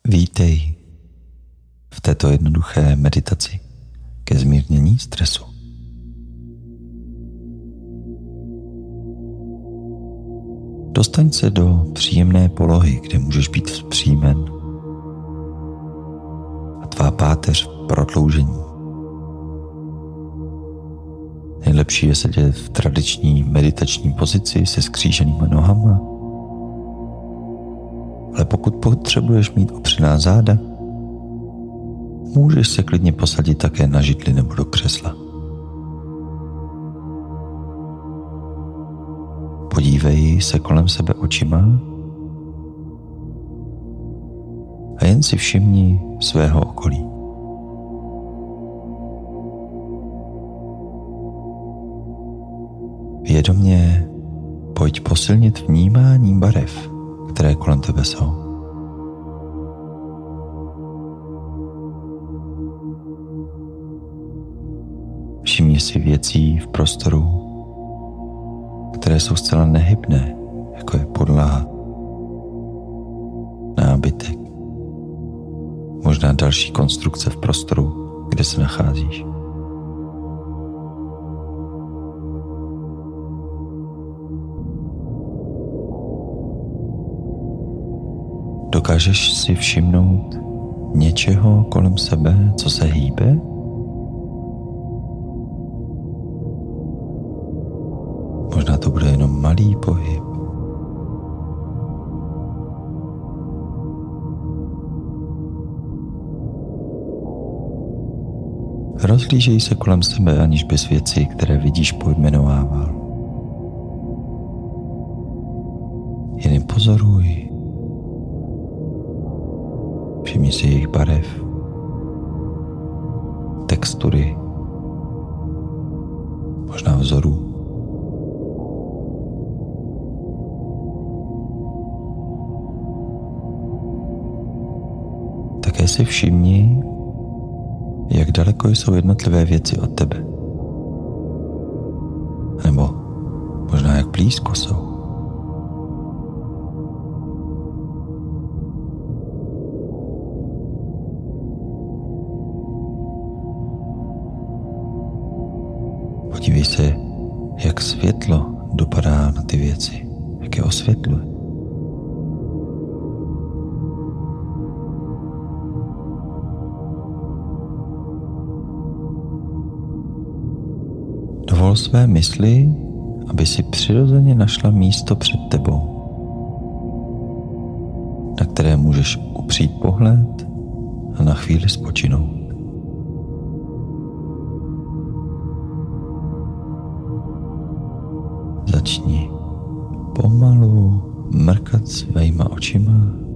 Vítej v této jednoduché meditaci ke zmírnění stresu. Dostaň se do příjemné polohy, kde můžeš být vzpřímen a tvá páteř v prodloužení. Nejlepší je sedět v tradiční meditační pozici se skříženýma nohama, ale pokud potřebuješ mít opřená záda, můžeš se klidně posadit také na židli nebo do křesla. Podívej se kolem sebe očima a jen si všimni svého okolí. Vědomě pojď posilnit vnímání barev, které kolem tebe jsou. Všimni si věcí v prostoru, které jsou zcela nehybné, jako je podlaha, nábytek, možná další konstrukce v prostoru, kde se nacházíš. Dokážeš si všimnout něčeho kolem sebe, co se hýbe? Možná to bude jenom malý pohyb. Rozhlížej se kolem sebe, aniž bys věci, které vidíš, pojmenovával. Jen je pozoruj. Všimni si jejich barev, textury, možná vzorů. Také si všimni, jak daleko jsou jednotlivé věci od tebe. Nebo možná jak blízko jsou. Podívej se, jak světlo dopadá na ty věci, jak je osvětluje. Dovol své mysli, aby si přirozeně našla místo před tebou, na které můžeš upřít pohled a na chvíli spočinout. Začni pomalu mrkat svýma očima.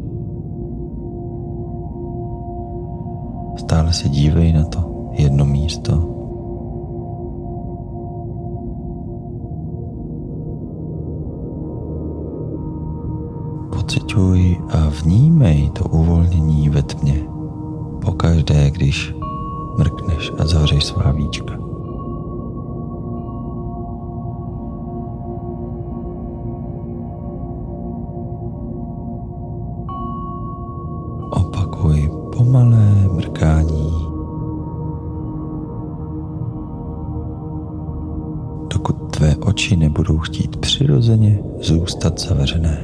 Stále se dívej na to jedno místo. Pociťuj a vnímej to uvolnění ve tmě pokaždé, když mrkneš a zavřeš svá víčka. Opakuj pomalé mrkání, dokud tvé oči nebudou chtít přirozeně zůstat zavřené.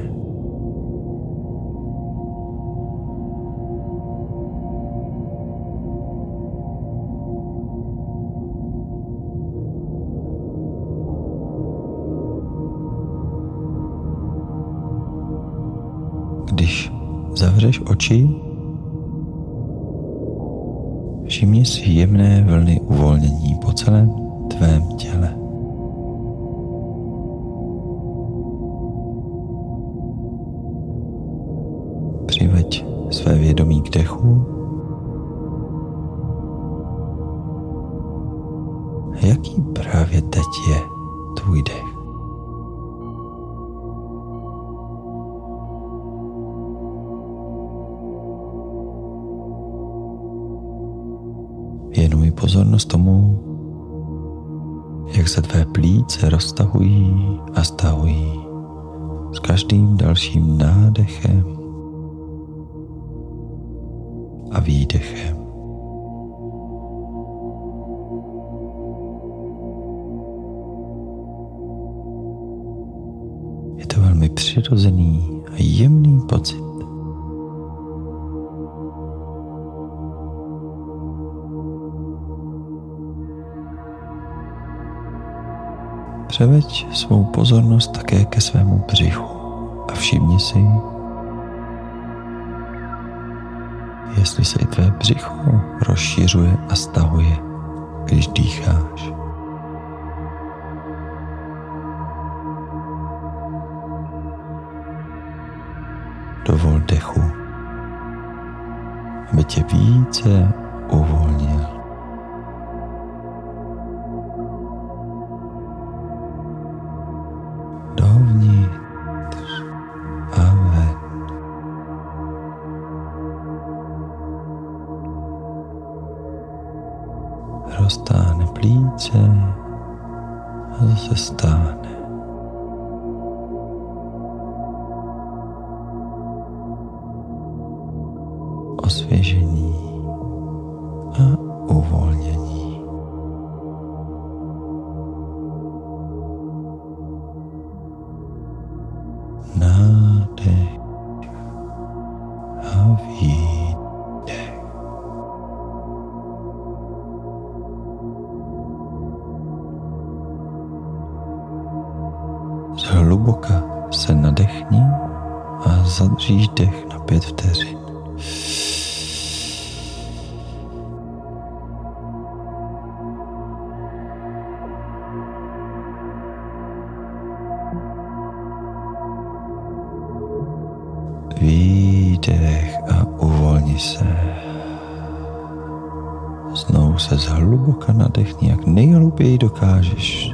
Když zavřeš oči, všimni si jemné vlny uvolnění po celém tvém těle. Přiveď své vědomí k dechu. Jaký právě teď je tvůj dech? Věnuj pozornost tomu, jak se tvé plíce roztahují a stahují s každým dalším nádechem a výdechem. Je to velmi přirozený a jemný pocit. Převeď svou pozornost také ke svému břichu a všimni si, jestli se i tvé břicho rozšiřuje a stahuje, když dýcháš. Dovol dechu, aby tě více uvolnil. Dovnitř a ven. Roztáhne plíce a zase stáhne. Osvěžení a uvolnění. Nádech a výdech. Zhluboka se nadechni a zadržíš dech na 5 vteřin. Výdech a uvolni se. Znovu se zhluboka nadechni, jak nejhluběji dokážeš.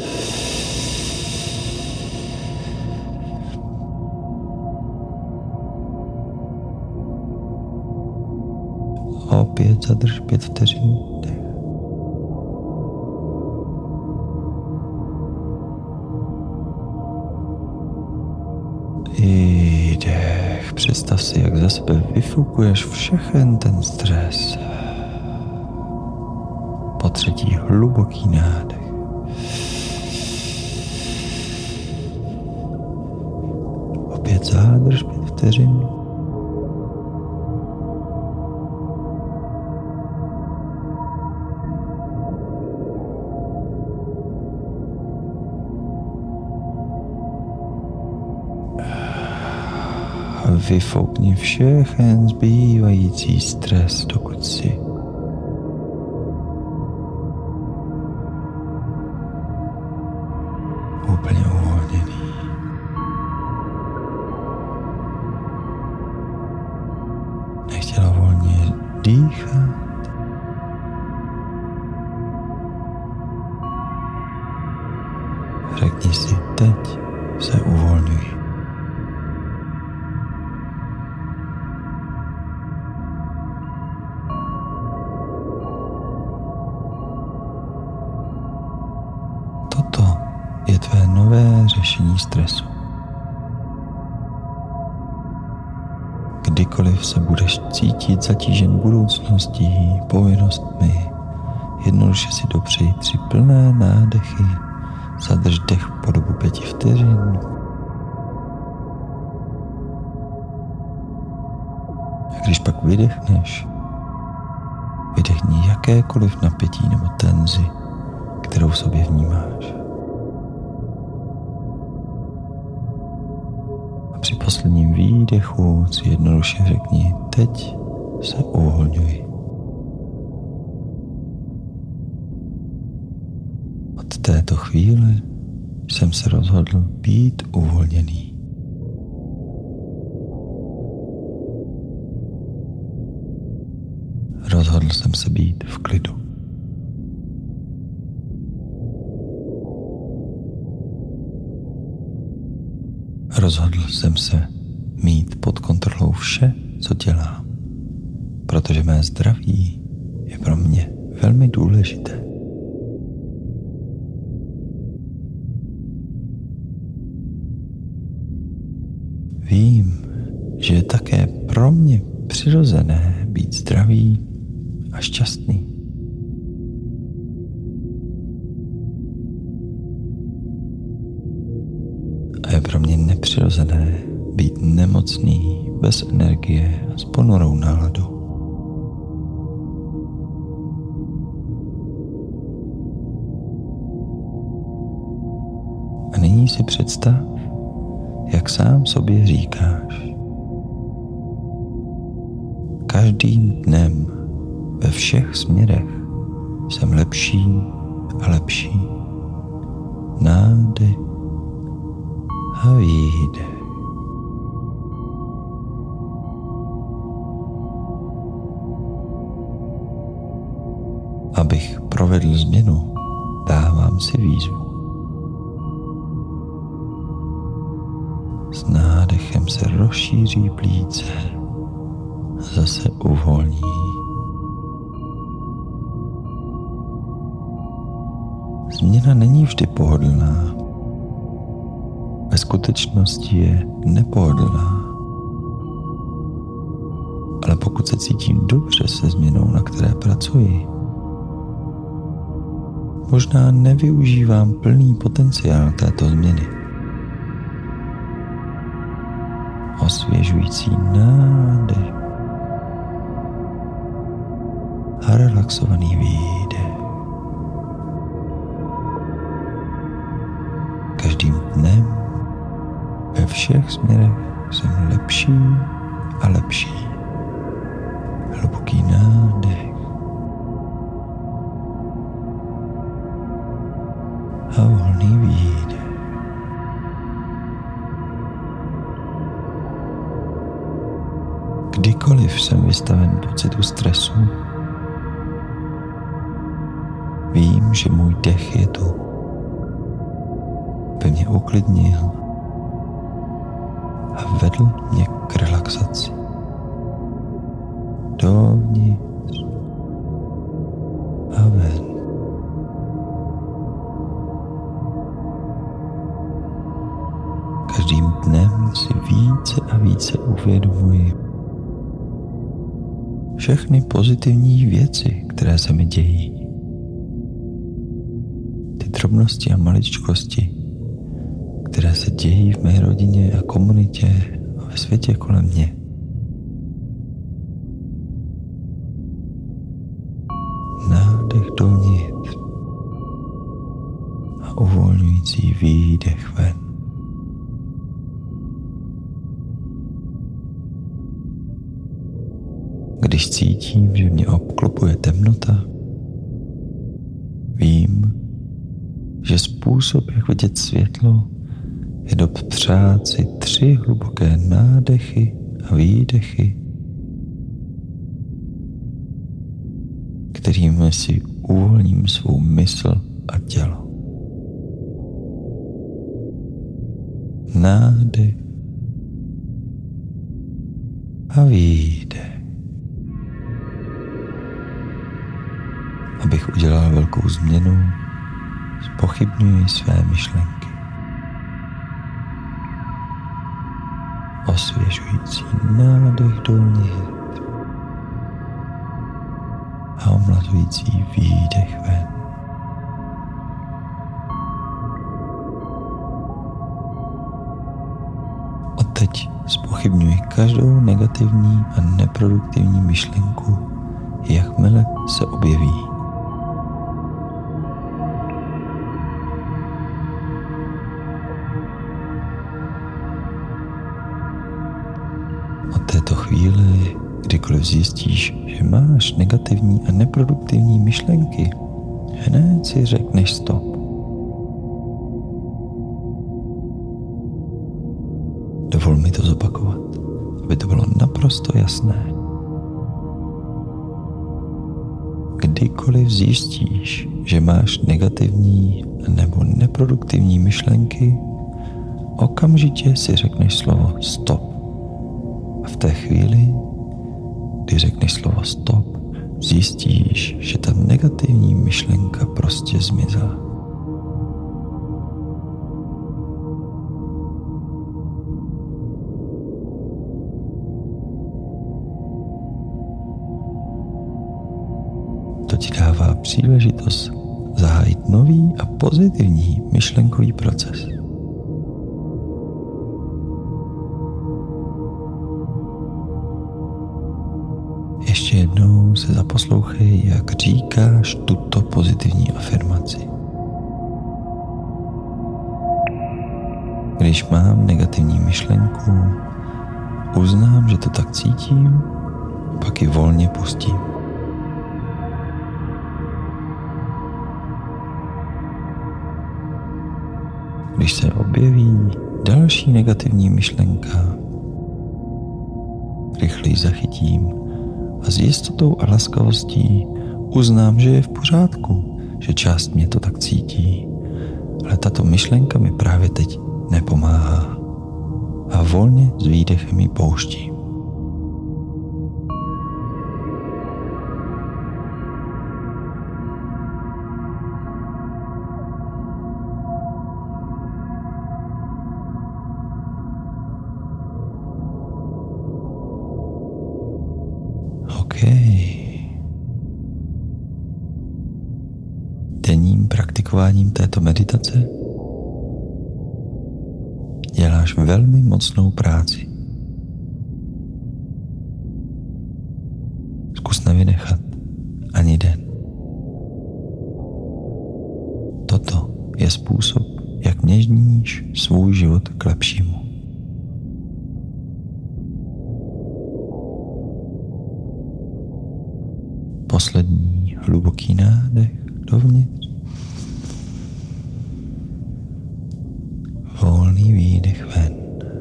Opět zadrž 5 vteřin dech. Výdech. Představ si, jak za sebe vyfukuješ všechen ten stres. Po třetí hluboký nádech. Opět zadrž 5 vteřin. Vyfoukni všechen zbývající stres, dokud si úplně uvolněný. Nech tělo volně dýchat. Řekni si, teď se uvolňuji. Je tvé nové řešení stresu. Kdykoliv se budeš cítit zatížen budoucností, povinnostmi, jednoduše si dopřeji 3 plné nádechy, zadrž dech po dobu 5 vteřin. A když pak vydechneš, vydechni jakékoliv napětí nebo tenzi, kterou v sobě vnímáš. Při posledním výdechu si jednoduše řekni, teď se uvolňuji. Od této chvíle jsem se rozhodl být uvolněný. Rozhodl jsem se být v klidu. Rozhodl jsem se mít pod kontrolou vše, co dělám, protože mé zdraví je pro mě velmi důležité. Vím, že je také pro mě přirozené být zdravý a šťastný. A je pro mě nepřirozené být nemocný, bez energie a s ponurou náladou. A nyní si představ, jak sám sobě říkáš: každým dnem ve všech směrech jsem lepší a lepší. Nádech a výdech. Abych provedl změnu, dávám si výzvu. S nádechem se rozšíří plíce a zase uvolní. Změna není vždy pohodlná. Ve skutečnosti je nepohodlná. Ale pokud se cítím dobře se změnou, na které pracuji, možná nevyužívám plný potenciál této změny. Osvěžující nádech a relaxovaný výdech. Každým dnem ve všech směrech jsem lepší a lepší. Hluboký nádech a volný výdech. Kdykoliv jsem vystaven pocitu stresu, vím, že můj dech je tu, aby mě uklidnil a vedl mě k relaxaci. Dovnitř a ven. Každým dnem si více a více uvědomuji všechny pozitivní věci, které se mi dějí. Ty drobnosti a maličkosti, které se dějí v mé rodině a komunitě a ve světě kolem mě. Nádech dovnitř a uvolňující výdech ven. Když cítím, že mě obklopuje temnota, vím, že způsob, jak vidět světlo, je dopřát si 3 hluboké nádechy a výdechy, kterými si uvolním svou mysl a tělo. Nádech a výdech. Abych udělal velkou změnu, zpochybňuji své myšlenky. Osvěžující nádech dovnitř a omlazující výdech ven. Odteď zpochybňuji každou negativní a neproduktivní myšlenku, jakmile se objeví. Od této chvíle, kdykoliv zjistíš, že máš negativní a neproduktivní myšlenky, hned si řekneš stop. Dovol mi to zopakovat, aby to bylo naprosto jasné. Kdykoliv zjistíš, že máš negativní nebo neproduktivní myšlenky, okamžitě si řekneš slovo stop. A v té chvíli, kdy řekneš slovo stop, zjistíš, že ta negativní myšlenka prostě zmizela. ti dává příležitost zahájit nový a pozitivní myšlenkový proces. Ještě jednou se zaposlouchej, jak říkáš tuto pozitivní afirmaci. Když mám negativní myšlenku, uznám, že to tak cítím, pak ji volně pustím. Když se objeví další negativní myšlenka, rychleji zachytím a s jistotou a laskavostí uznám, že je v pořádku, že část mě to tak cítí, ale tato myšlenka mi právě teď nepomáhá a volně s výdechem ji pouštím. Denním praktikováním této meditace děláš velmi mocnou práci. Zkus nevynechat ani den. Toto je způsob, jak měníš svůj život k lepšímu. Poslední hluboký nádech dovnitř. Volný výdech ven.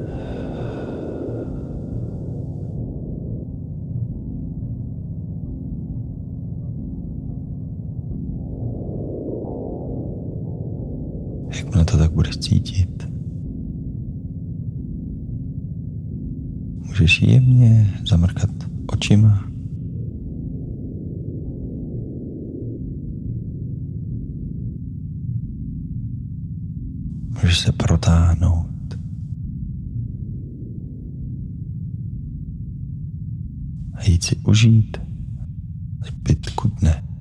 Jakmile to tak budeš cítit, můžeš jemně zamrkat očima. Můžeš se protáhnout a jít si užít zbytku dne.